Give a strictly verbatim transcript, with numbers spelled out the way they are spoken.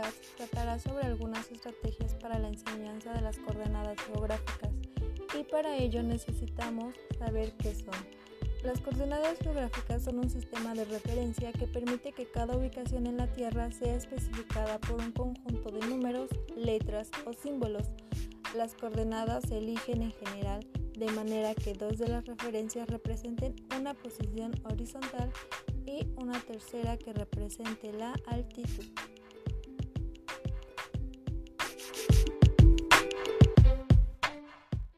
podcast tratará sobre algunas estrategias para la enseñanza de las coordenadas geográficas y para ello necesitamos saber qué son. Las coordenadas geográficas son un sistema de referencia que permite que cada ubicación en la Tierra sea especificada por un conjunto de números, letras o símbolos. Las coordenadas se eligen en general de manera que dos de las referencias representen una posición horizontal y una tercera que represente la altitud.